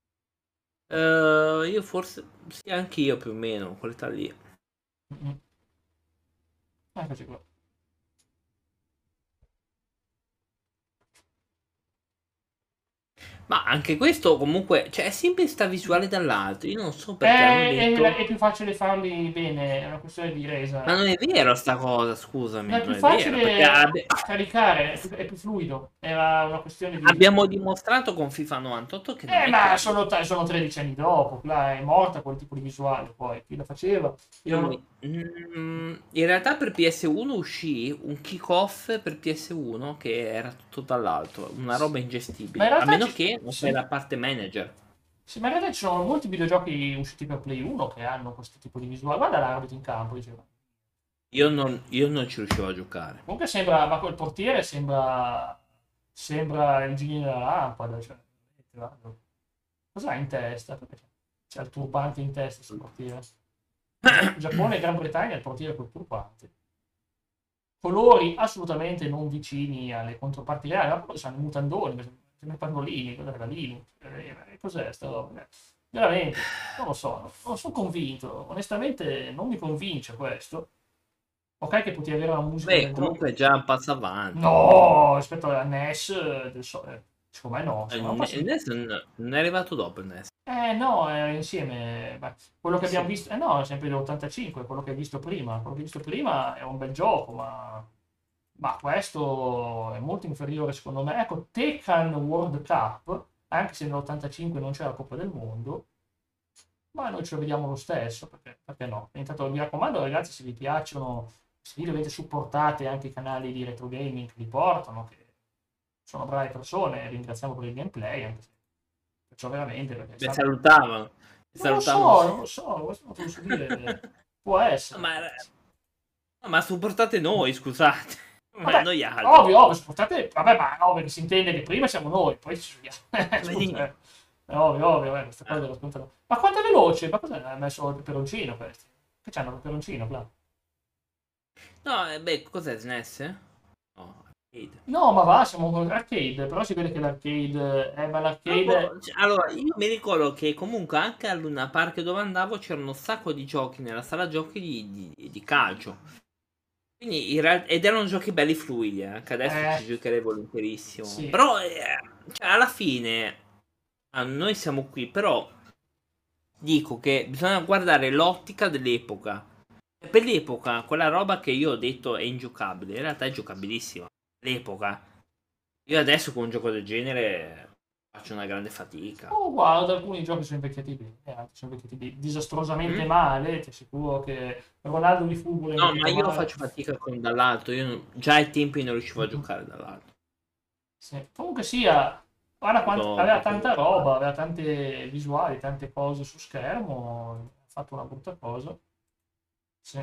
Io forse, sì, anche io più o meno, quell'età lì. Mm-mm. Eccoci qua. Ma anche questo comunque, cioè, è sempre sta visuale dall'alto. Io non so perché hanno È detto. più facile farli bene, è una questione di Ma resa. non è vero sta cosa, No, scusami, è non più è vero. Perché facile caricare, è più fluido. Era una questione di... abbiamo dimostrato con FIFA 98 che non è Ma così. sono 13 anni dopo, là è morta quel tipo di visuale, poi chi la faceva? Io non... In realtà per PS1 uscì un kick-off per PS1 che era tutto dall'alto, una roba Ma in ingestibile. A realtà meno ci... che non fai Sì. la parte manager. Sì, ma in realtà ci sono molti videogiochi usciti per Play 1 che hanno questo tipo di visuale. Guarda l'arbitro in campo, diceva. Io non ci riuscivo a giocare. Comunque sembra, ma quel portiere sembra il genio della lampada, cioè, guarda. Cos'ha in testa? Perché c'ha il turbante in testa, questo portiere. Giappone e Gran Bretagna il portiere col turbante. Colori assolutamente non vicini alle controparti reali, ma poi sono i mutandoni, sembra i pannolini, cos'è la Linux? Cos'è sta roba? Veramente, non lo so, non sono convinto, onestamente non mi convince questo. Ok che potevi avere una musica Beh, del gioco. comunque è già un passo avanti. No, rispetto alla NES, secondo me no, secondo me è un Il passo... NES non è arrivato dopo il NES. No, è insieme. Beh, quello che abbiamo Sì. visto, no, è sempre dell'85, quello che hai visto prima. Quello che hai visto prima è un bel gioco, ma questo è molto inferiore secondo me. Ecco, Tekken World Cup, anche se nell'85 non c'è la Coppa del Mondo, ma noi ce lo vediamo lo stesso, perché no? Intanto mi raccomando, ragazzi, se vi piacciono, se vi dovete supportate anche i canali di retro gaming che li portano, che sono brave persone, ringraziamo per il gameplay, anche se perciò veramente, perché Mi salutavano. Mi non lo salutavano. so, non lo so, questo non te lo so dire. Può essere. Ma, no, ma supportate noi, scusate. Ma Vabbè, noi altri. ovvio, ovvio, supportate, vabbè, ma no, perché si intende che prima siamo noi, poi ci vediamo. Scusa, Vedi? è ovvio, ovvio, questa cosa Ah. lo scontano. Ma quanto è veloce? Ma cosa ha messo il peperoncino questi? Che c'hanno il peperoncino qua? No, beh, cos'è SNES? No, arcade. No, ma va, siamo con l'arcade, però si vede che l'arcade, ma No, l'arcade... boh, allora, io mi ricordo che comunque anche al Luna Park dove andavo c'erano un sacco di giochi nella sala giochi di calcio. Quindi ed erano giochi belli fluidi, anche adesso Eh, ci giocherei volentierissimo. sì. Però, cioè, alla fine, noi siamo qui, però dico che bisogna guardare l'ottica dell'epoca. Per l'epoca, quella roba che io ho detto è ingiocabile, in realtà è giocabilissima. L'epoca. Io adesso con un gioco del genere faccio una grande fatica. Oh, guarda, alcuni giochi sono invecchiati bene, altri sono invecchiati disastrosamente Mm? male, ti assicuro che Ronaldo di football è No, ma invecchiato io male. faccio fatica con dall'alto. Già ai tempi non riuscivo a Mhm. giocare dall'alto. Sì. Comunque sia, guarda aveva Proprio tanta roba, aveva tante visuali, tante cose su schermo, ha fatto una brutta cosa. Sì.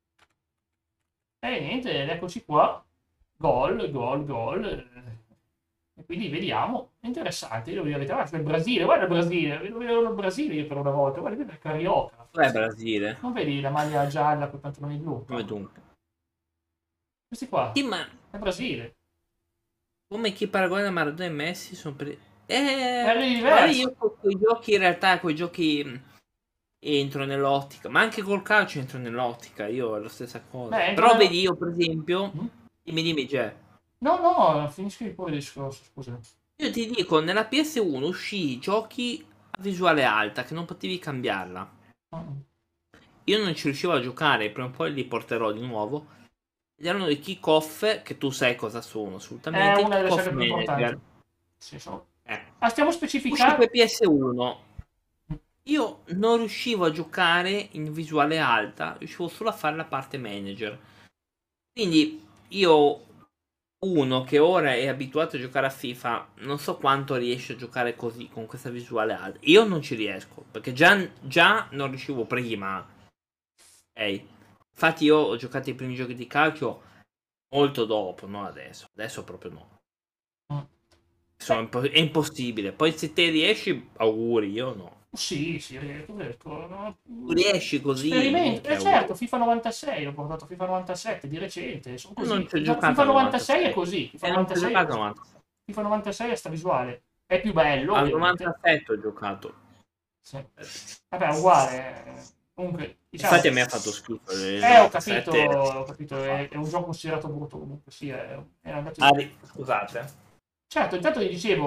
E niente, ed eccoci qua, gol, gol, gol. E quindi vediamo, è interessante, io devo dire la verità, guarda il Brasile, guarda il Brasile, vedo il Brasile io per una volta, guarda il Carioca. Dov'è Brasile? Non vedi la maglia gialla con i pantaloni blu? Come dunque? Questi qua, Sì, ma è Brasile. come chi paragona Maradona e Messi sono È vabbè, diverso. io con quei giochi in realtà, quei giochi entro nell'ottica, ma anche col calcio entro nell'ottica, io è la stessa cosa. Beh, Però vedi, io per esempio, Mm? dimmi, Gè. No, no, finisci pure il discorso, scusa. Io ti dico, nella PS1 uscì giochi a visuale alta che non potevi cambiarla. Mm. Io non ci riuscivo a giocare, prima o poi li porterò di nuovo. Ed erano i kick-off, che tu sai cosa sono È assolutamente, i una delle kick-off saghe più importanti. manager. Sì, sono... Eh. Ah, stiamo Uscì specificando... per PS1. Io non riuscivo a giocare in visuale alta, riuscivo solo a fare la parte manager. Quindi io, uno che ora è abituato a giocare a FIFA, non so quanto riesce a giocare così, con questa visuale alta. Io non ci riesco, perché già non riuscivo prima. Ok? Infatti io ho giocato i primi giochi di calcio molto dopo, non adesso. Adesso proprio no. Mm. È impossibile. Poi se te riesci, auguri, io no. Sì, sì, riesco, no? Tu riesci così, Sperimento. minchia, Certo, auguri. FIFA 96, ho portato FIFA 97 di recente, sono Non così. ci ho FIFA giocato al 96 è 96. così, FIFA E non ci ho 96 è giocato al così. 96. FIFA 96 è sta visuale. È più bello, Al ovviamente. 97 ho giocato. Sì. Vabbè, è uguale. Comunque, diciamo... Infatti a me ha fatto schifo. Il Ho 97. capito, è un gioco considerato brutto comunque, sì, è andato... Ah, scusate. Certo, intanto vi dicevo,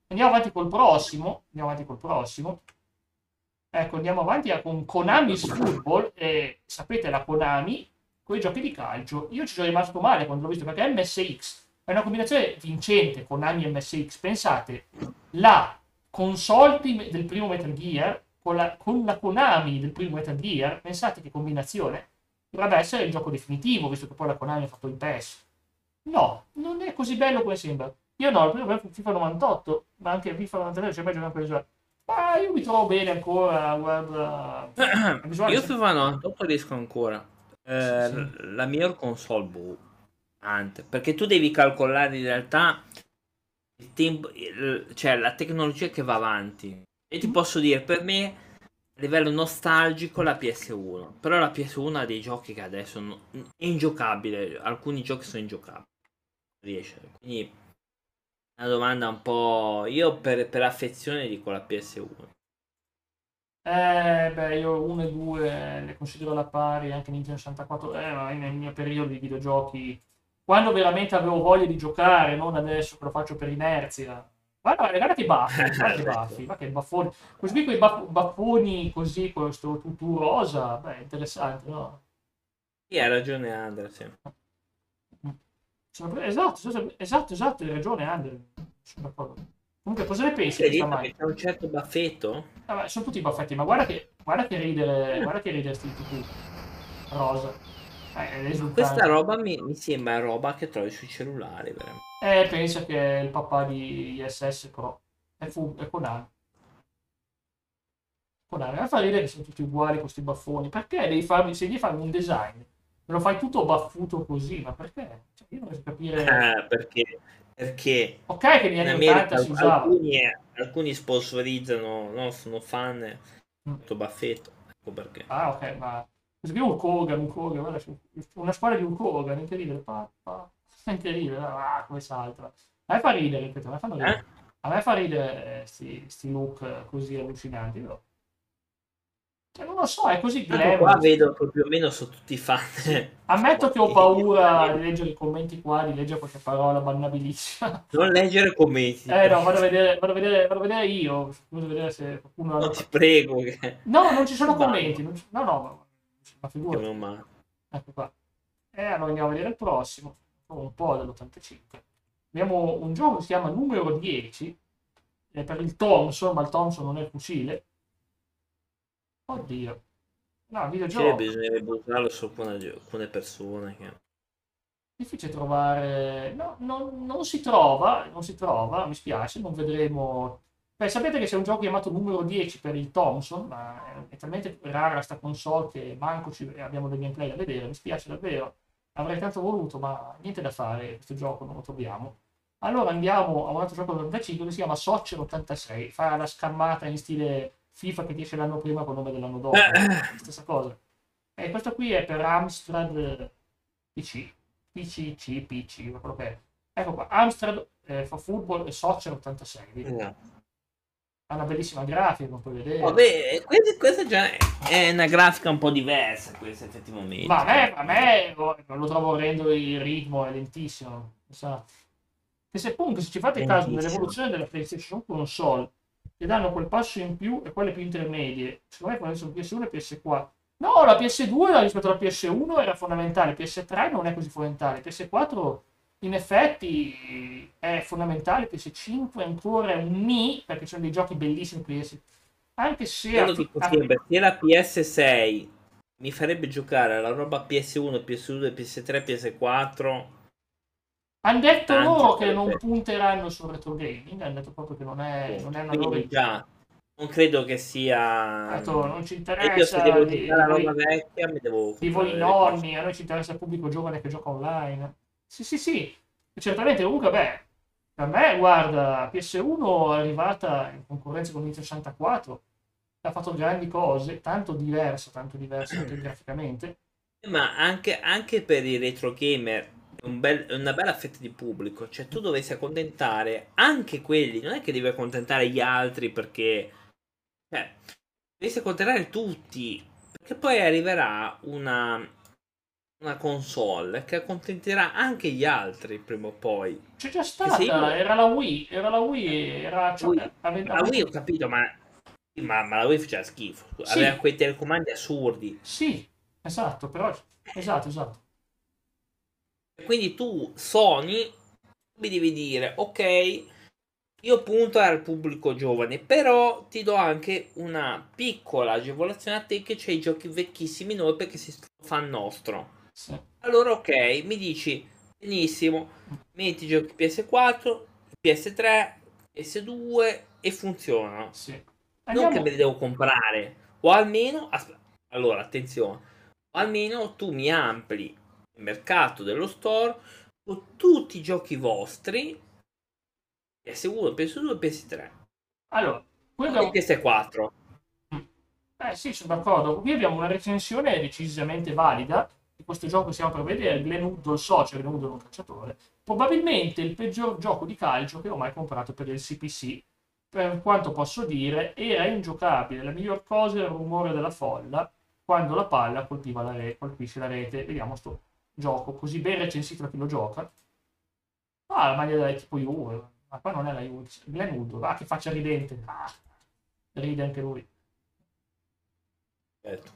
Andiamo avanti col prossimo. Andiamo avanti col prossimo. Ecco, andiamo avanti con Konami's Football. E sapete, la Konami, con i giochi di calcio. Io ci sono rimasto male quando l'ho visto perché MSX è una combinazione vincente. Konami e MSX. Pensate, la console del primo Metal Gear con la Konami del primo Metal Gear. Pensate che combinazione. Dovrebbe essere il gioco definitivo, visto che poi la Konami ha fatto il PES. No, non è così bello come sembra. Io no, il primo è FIFA 98, ma anche FIFA 99 c'è meglio anche visuale. Ma io mi trovo bene ancora, guarda. La visuale Io è sempre. FIFA 98 riesco ancora. Sì, sì. La miglior console, boh, tante. Perché tu devi calcolare in realtà il tempo, cioè la tecnologia che va avanti. E ti Mm. posso dire, per me, a livello nostalgico, la PS1. Però la PS1 ha dei giochi che adesso è ingiocabile. Alcuni giochi sono ingiocabili. Riesce. Quindi una domanda un po'. Io per affezione dico la PS1. Beh, io 1 e 2 le considero alla pari, anche Nintendo 64, ma nel mio periodo di videogiochi, quando veramente avevo voglia di giocare, non adesso che lo faccio per inerzia. Guarda che baffi, guarda che baffi, guarda che baffoni. Così qui quei baffoni così, con questo tutù rosa, beh, interessante, no? Sì, ha ragione Andrea, sì. Esatto, esatto, esatto, hai ragione, Andre. Sono d'accordo. Comunque, cosa ne pensi Hai questa detto mai? che c'è un certo baffetto? Vabbè, sono tutti baffetti, ma guarda che ridere sti tutù rosa. È Ma questa esultante. roba mi sembra roba che trovi sui cellulari, veramente. Pensa che è il papà di ISS Pro. È Konami. Konami. A fa ridere che sono tutti uguali con questi baffoni. Perché se devi farmi un design, me lo fai tutto baffuto così, ma perché? Cioè, io non riesco a capire. Perché Ok che negli in anni 80 America si usava. alcuni sponsorizzano, no, sono fan Mm. questo baffetto. Ecco perché. Ah, ok, ma questo qui è un Koga, guarda, una squadra di un Koga, incredibile, incredibile, come salta. A me fa ridere, ripeto, a me fanno Eh? ridere. A me fa ridere sti look così allucinanti, però. Cioè, non lo so, è così Tanto qua glamorous. vedo che più o meno sono tutti fan. Sì. Ammetto che ho Di paura di Konami. leggere i commenti qua, di leggere qualche parola bannabilissima. Non leggere commenti, ti No, prego. vado a vedere io, scusa, vedere se qualcuno No, l'ha ti fatto. prego, che No, non ci ti sono commenti, banno. no, no, ma Che figurati. non male. Ecco qua. E allora andiamo a vedere il prossimo, un po' dell'85. Abbiamo un gioco che si chiama Numero 10, è per il Thompson, ma il Thompson non è il fucile. Oddio. No, Cioè, videogioco. bisognerebbe usarlo solo con alcune persone. Difficile trovare. No, non si trova, non si trova, mi spiace, non vedremo. Beh, sapete che c'è un gioco chiamato Numero 10 per il Thompson, ma è talmente rara sta console che manco abbiamo del gameplay da vedere, mi spiace davvero. Avrei tanto voluto, ma niente da fare, questo gioco non lo troviamo. Allora andiamo a un altro gioco del 95 che si chiama Soccer 86, fa la scammata in stile FIFA che ti esce l'anno prima con il nome dell'anno dopo, no? Stessa cosa. E questo qui è per Amstrad PC, PC, quello che è. Ecco qua, Amstrad fa football e soccer 86, vedi? No. Ha una bellissima grafica, come puoi vedere. Vabbè, questa già è una grafica un po' diversa, questa Ma effettivamente. non lo trovo orrendo, il ritmo è lentissimo. Sa. E se comunque se ci fate caso Lentissimo. nell'evoluzione della PlayStation console, che danno quel passo in più e quelle più intermedie, secondo me quando sono PS1 e PS4. No, la PS2 rispetto alla PS1 era fondamentale, PS3 non è così fondamentale, PS4 in effetti è fondamentale, PS5 ancora è un ni, perché ci sono dei giochi bellissimi PS, anche se Io lo dico sempre, se la PS6 mi farebbe giocare alla roba PS1, PS2, PS3, PS4, hanno detto tanto loro che non sarebbe. punteranno sul retro gaming, hanno detto proprio che non è una loro. Quindi già, non credo che Ha sia. detto, non ci E io se interessa devo di giocare a roba voi, vecchia mi devo di voi comprare le cose. nonni, a noi ci interessa il pubblico giovane che gioca online. Sì, sì, sì, certamente comunque, beh, per me, guarda, PS1 è arrivata in concorrenza con Nintendo 64, ha fatto grandi cose, tanto diversa anche graficamente. Ma anche per i retro gamer è è una bella fetta di pubblico. Cioè, tu dovessi accontentare anche quelli. Non è che devi accontentare gli altri perché. Cioè, dovessi accontentare tutti. Perché poi arriverà una console che accontenterà anche gli altri prima o poi. C'è già Che se stata, io... era la Wii, era, cioè, Wii, la Wii ho capito, ma la Wii faceva schifo. Aveva sì, quei telecomandi assurdi. sì, esatto, però, esatto, esatto. Quindi tu, Sony, mi devi dire, ok, io punto al pubblico giovane, però ti do anche una piccola agevolazione a te che c'hai i giochi vecchissimi noi perché sei fan nostro. Sì. Allora, ok, mi dici, benissimo, metti i giochi PS4, PS3, PS2 e funzionano. Sì. Non che me Andiamo. li devo comprare, o almeno, allora, attenzione, o almeno tu mi ampli il mercato dello store con tutti i giochi vostri, PS1, PS2, PS3, Allora, qui non di abbiamo. PS4. Sì, sono d'accordo. Qui abbiamo una recensione decisamente valida di questo gioco che stiamo per vedere, Glenn Hood, il socio, Glenn Hood è un calciatore. Probabilmente il peggior gioco di calcio che ho mai comprato per il CPC. Per quanto posso dire, era ingiocabile. La miglior cosa era il rumore della folla quando la palla colpisce la rete. Vediamo sto gioco, così ben recensito da chi lo gioca. Ah, la maglia da tipo Juve, ma qua non è la Juve. Glenn Hood, ah, che faccia ridente. Ah, ride anche lui. Certo.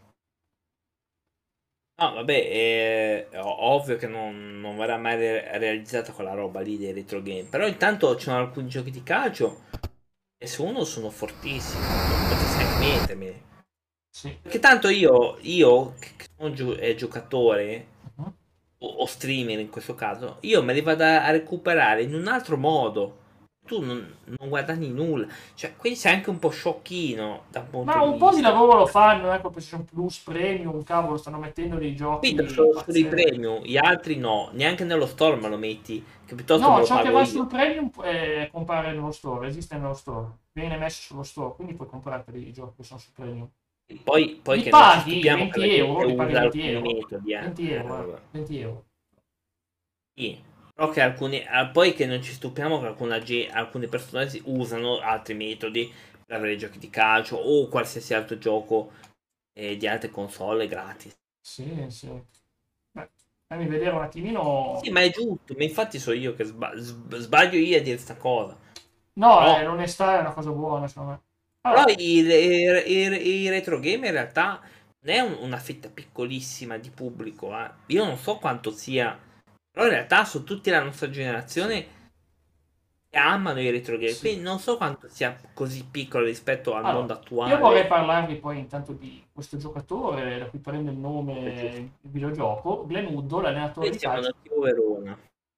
No, vabbè, è ovvio che non verrà mai realizzata quella roba lì dei retro game. Però intanto ci sono alcuni giochi di calcio e su uno sono fortissimi. Non potresti neanche mettermi. Sì. Perché tanto io che sono giocatore Mhm. o streamer in questo caso, io me li vado a recuperare in un altro modo. Tu non guadagni nulla. Cioè, quindi sei anche un po' sciocchino da un punto Ma di un po' di vista. lavoro lo fanno, ecco, PlayStation Plus, Premium, cavolo, stanno mettendo dei Capito? giochi Solo i pazzeschi. premium, gli altri no, neanche nello store me lo metti, che piuttosto me No, lo ciò che pago va io. sul Premium compare nello store, esiste nello store, viene messo sullo store, quindi puoi comprare per i giochi che sono sul Premium. E poi Li che non ci paghi stupiamo che 20 la gente euro, li paghi usa 20 alcuni euro, metodi, 20 euro, vabbè. 20 euro. Sì, però che poi che non ci stupiamo che alcune persone usano altri metodi per avere giochi di calcio o qualsiasi altro gioco di altre console gratis. Sì, sì. Beh, fammi vedere un Sì, attimino. ma è giusto, ma infatti so io che sbaglio io a dire sta cosa. No, Però l'onestà è una cosa buona, secondo me. Però Allora, i retro game in realtà non è una fetta piccolissima di pubblico. Io non so quanto sia, però in realtà su tutti la nostra sì, generazione che amano i retro game. sì. Quindi non so quanto sia così piccolo rispetto al Allora, mondo io vorrei attuale. parlarvi poi intanto di questo giocatore da cui prende il È giusto. nome il videogioco, Glenn Hood, l'allenatore Noi di siamo calcio, nativo Verona.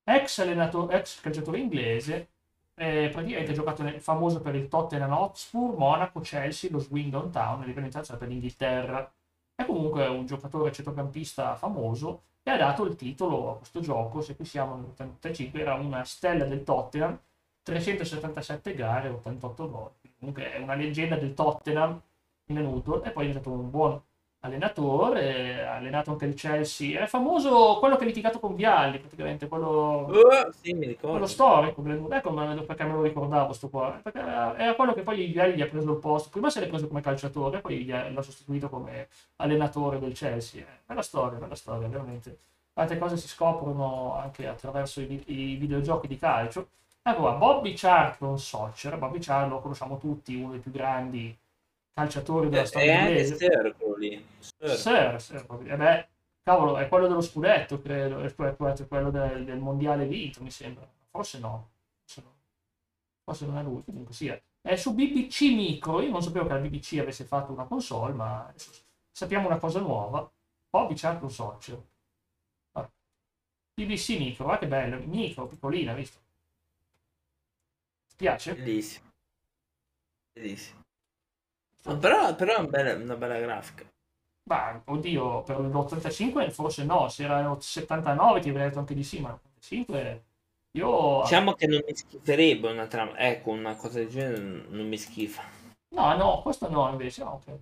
ex calciatore inglese, praticamente ha giocato famoso per il Tottenham Hotspur, Monaco, Chelsea, lo Swindon Town a livello internazionale per l'Inghilterra. È comunque un giocatore centrocampista famoso e ha dato il titolo a questo gioco, se qui siamo nell'85, era una stella del Tottenham, 377 gare, 88 gol. Comunque è una leggenda del Tottenham in venuto e poi è diventato un buon allenatore, ha allenato anche il Chelsea. È famoso quello che ha litigato con Vialli, praticamente, Sì, mi quello ricordo. storico. Ecco perché me lo ricordavo sto qua. Perché era quello che poi Vialli gli ha preso il posto. Prima se l'è preso come calciatore, poi l'ha sostituito come allenatore del Chelsea. Bella storia, veramente. Tante cose si scoprono anche attraverso i videogiochi di calcio. Ecco qua, Bobby Charlton Soccer. Bobby Charlton lo conosciamo tutti, uno dei più grandi calciatori della storia È anche inglese. Sir quello lì. Sir. E beh, cavolo, è quello dello scudetto, credo, è quello del mondiale vinto, mi sembra. Forse no, forse no. Forse non è lui, comunque sia. È su BBC Micro, io non sapevo che la BBC avesse fatto una console, ma adesso sappiamo una cosa nuova. Bobby c'è anche un socio. Ah, BBC Micro, che bello, micro, piccolina, visto? Ti piace? Bellissimo. Bellissimo. No, però è una bella grafica. Ma oddio, per l'85 forse no, se era il 79 ti avrei detto anche di sì, ma l'85 io. Diciamo che non mi schiferebbe una trama. Ecco, una cosa del genere non mi schifa. No, no, questo no invece, ah, ok.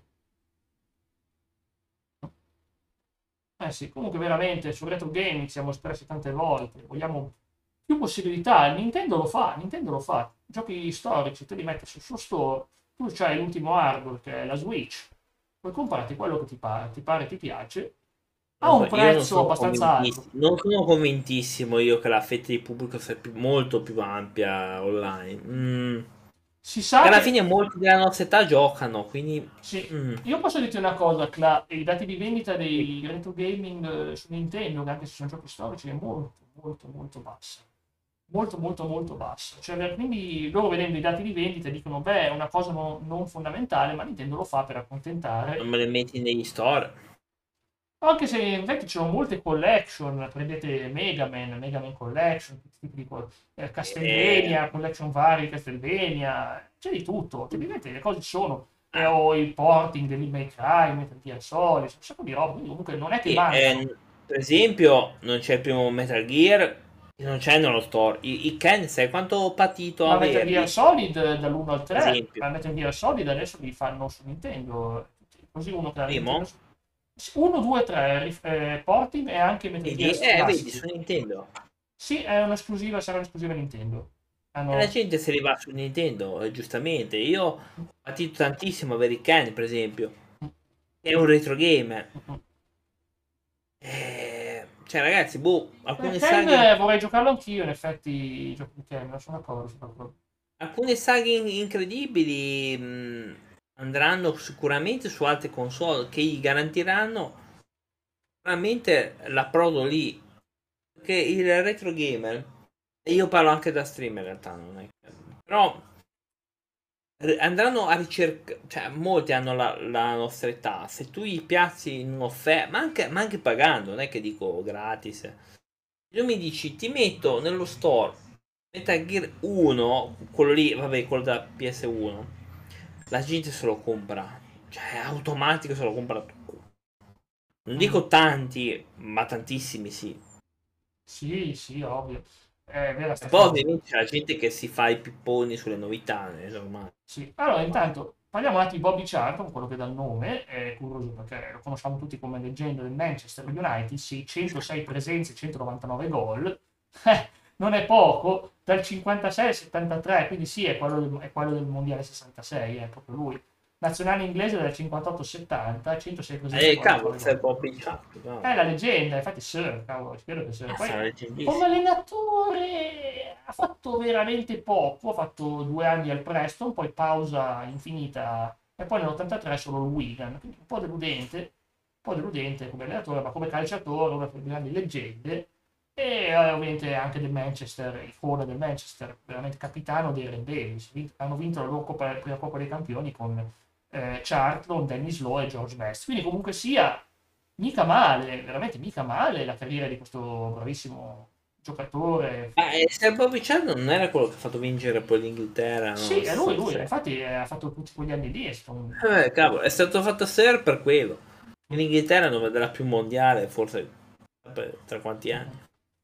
Eh sì, comunque veramente su retro gaming siamo espressi tante volte, vogliamo più possibilità, Nintendo lo fa, giochi storici, te li metti sul suo store, tu c'hai l'ultimo hardware che è la Switch, puoi comprarti quello che ti pare, ti piace, Ha un Io non prezzo sono abbastanza alto. non sono convintissimo io che la fetta di pubblico sia molto più ampia online. Si sa Alla che fine molti della nostra età giocano, quindi... sì, mm. io posso dirti una cosa, Cla, i dati di vendita dei retro gaming su Nintendo, che anche se sono giochi storici, è molto, molto, molto bassa. Molto, molto, molto bassa. Cioè, quindi loro vedendo i dati di vendita dicono, beh, è una cosa non fondamentale, ma Nintendo lo fa per Non accontentare. me le metti negli store. Anche se in effetti ci sono molte collection, prendete Mega Man Collection, tutti i tipi di Eh, Castlevania, collection vari Castlevania, c'è di tutto, ovviamente le cose ci sono, ah, o il porting del May Cry, Metal Gear Solid, un sacco di roba, quindi comunque non è che sì, mancano. per esempio, non c'è il primo Metal Gear, che non c'è nello store. I Ken, sai quanto ho patito a Ma Metal Gear averli? Solid dall'1 al Per 3, esempio, ma Metal Gear Solid adesso li fanno su Nintendo, così uno che ha la Nintendo... primo, 1, 2, 3, porting e anche Metal Gear vedi, vedi, classici. su Nintendo. Sì, è un'esclusiva, sarà un'esclusiva Nintendo. E la Hanno... gente se li va su Nintendo, giustamente. Io ho patito tantissimo a avere i Ken, per esempio. È un retro gamer. Cioè, ragazzi, boh, Ken vorrei giocarlo anch'io, in effetti, i giochi di Ken, non sono d'accordo su quello. alcune saghe incredibili andranno sicuramente su altre console che gli garantiranno sicuramente l'approdo lì. Perché il retro gamer, e io parlo anche da streamer in realtà, non è però andranno a ricercare, cioè molti hanno la nostra età, se tu gli piazzi in un'offerta, ma anche pagando, non è che dico gratis, tu mi dici ti metto nello store Metal Gear 1, quello lì, vabbè, quello da PS1, la gente se lo compra, cioè è automatico se lo compra tutto. Non Mm. dico tanti, ma tantissimi sì. Sì, sì, ovvio. È vera E sta poi cosa. ovviamente c'è la gente che si fa i pipponi sulle novità, è normale. Sì. Allora, intanto, parliamo un attimo di Bobby Charlton, quello che dà il nome, è curioso perché lo conosciamo tutti come leggenda del Manchester United, 606 presenze, 199 gol. Non è poco, dal 56 al 73, quindi sì, è quello del Mondiale 66, è proprio lui. Nazionale inglese dal 58 al 70, 106 presenze, Cavolo, 49 sei gol. un po' pinciato, È cavolo. la leggenda, infatti Sir, cavolo, ci credo che Sir. Mazza, Poi una come leggendissima. allenatore ha fatto veramente poco, ha fatto 2 anni al Preston, poi pausa infinita e poi nell'83 solo il Wigan, quindi un po' deludente come allenatore, ma come calciatore, una delle grandi leggende e ovviamente anche del Manchester, icona del Manchester, veramente capitano dei Red Devils. Hanno vinto la loro prima Coppa dei Campioni con Charlton, Dennis Law e George Best. Quindi comunque sia, mica male, veramente mica male la carriera di questo bravissimo giocatore. Ma Sir Bobby Charlton non era quello che ha fatto vincere poi l'Inghilterra, no? Sì, Nel è lui, 66. infatti ha fatto tutti quegli anni lì, Cavolo, è stato fatto Sir per quello. In Inghilterra non vedrà più mondiale, forse tra quanti anni.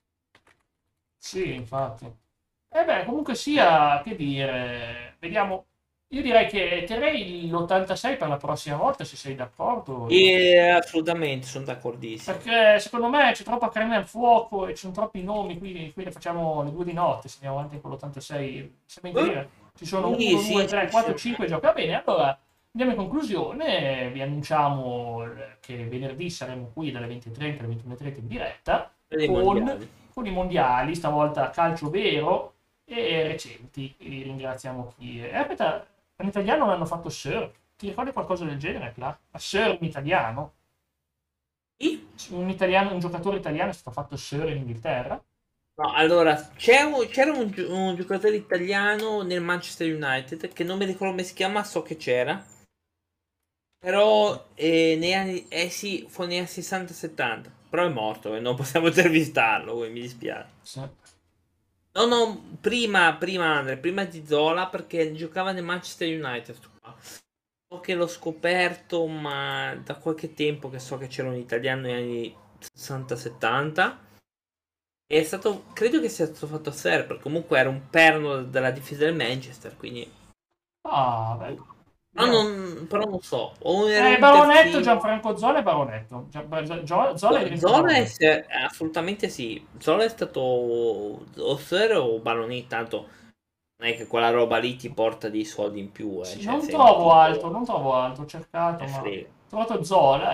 sì, infatti. E beh, comunque sia, che dire, vediamo. Io direi che terrei l'86 per la prossima volta, se sei d'accordo. E assolutamente, sono d'accordissimo. Perché secondo me c'è troppa carne al fuoco e ci sono troppi nomi, qui ne facciamo le 2 di notte, se andiamo avanti con l'86. Sembra incredibile. Ci sono Sì, 1, 2, sì, 3, sì, sì. 4, 5 giochi. Va bene, allora andiamo in conclusione. Vi annunciamo che venerdì saremo qui dalle 20:30 alle 21:30 in diretta Per i con, mondiali. con i mondiali, stavolta calcio vero e recenti. Vi ringraziamo chi. Aspetta, in italiano l'hanno fatto Sir. Ti ricordi qualcosa del genere, Cla? A Sir in italiano? Sì. Un giocatore italiano è stato fatto Sir in Inghilterra. No, allora, c'era un giocatore italiano nel Manchester United che non mi ricordo come si chiama, so che c'era. Però negli anni, sì, fu negli anni 60-70. Però è morto e non possiamo intervistarlo, mi dispiace. Sì. No, no, Andre, prima di Zola perché giocava nel Manchester United. Sto qua. So che l'ho scoperto, ma da qualche tempo che so che c'era un italiano negli anni 60-70. È stato, credo che sia stato fatto a Ser, perché comunque era un perno della difesa del Manchester, quindi... Ah, beh, vediamo. Però non so, o era un Baronetto, terzino... Gianfranco Zola e Baronetto. Zola è diventato Zola è Baronetto. assolutamente sì. Zola è stato o Sir o Baronì, tanto non è che quella roba lì ti porta dei soldi in più, Sì, cioè non sei un trovo titolo altro, non trovo altro. Ho cercato, e ma ho frega. trovato Zola.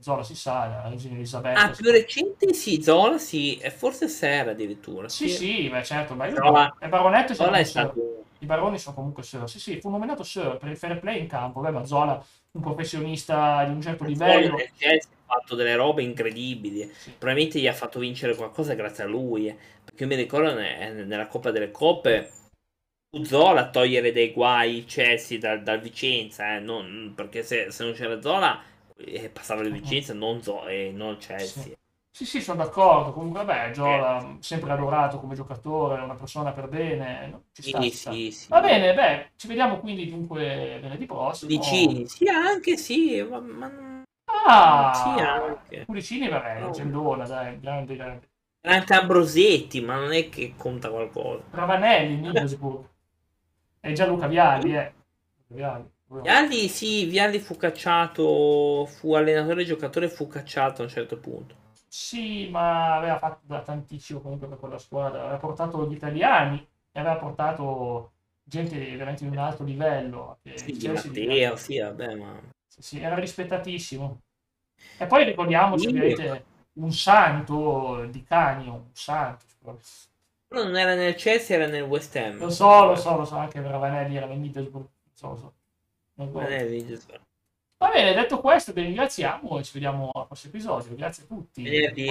Zola si sa, la regina Elisabetta. Ah, più recente sì, Zola sì, e forse Ser addirittura, Sì, sì. sì, beh certo, ma io Zola, e baronetto siamo Zola come è Sir. stato... I baroni sono comunque Sir. Sì, sì, fu nominato Sir per il fair play in campo. Beh, ma Zola, un professionista di un certo Zola livello. nel Chelsea ha fatto delle robe incredibili. Sì, Probabilmente gli ha fatto vincere qualcosa grazie a lui. Perché io mi ricordo nella Coppa delle Coppe fu Zola a togliere dei guai il Chelsea dal Vicenza. Perché se non c'era Zola passava il mm, Vicenza, non il sì. Chelsea. Sì, sì, sono d'accordo. Comunque, beh, Eh, Zola, sempre adorato come giocatore, una persona per bene. No? Ci sta, sì, ci sta. sì, Va sì. bene, beh, ci vediamo quindi dunque venerdì prossimo. Vicini, sì, anche sì, sì, Ah, anche. Curicini, vabbè, Però- leggendona, dai, grande, grande. Anche Ambrosetti, ma non è che conta qualcosa. Ravanelli, Middlesbrough. E Gianluca Vialli, eh. Vialli. Vialli, sì, Vialli fu cacciato, fu allenatore e giocatore, fu cacciato a un certo punto. Sì, ma aveva fatto da tantissimo comunque per quella squadra. Aveva portato gli italiani e aveva portato gente veramente di un alto livello. Che Sì, il Di Chelsea di. Matteo, sì, vabbè, ma... Sì, sì, era rispettatissimo. E poi ricordiamoci Sì, ovviamente un santo di Canio, un santo. però non era nel Chelsea, era nel West Ham, Lo se non so, lo sbaglio. so, lo so, anche Ravanelli era nel Middlesbrough. Lo so, lo so. Non Non ricordo. è Middlesbrough. Va bene, detto questo, vi ringraziamo e ci vediamo al prossimo episodio. Grazie a tutti. Venerdì.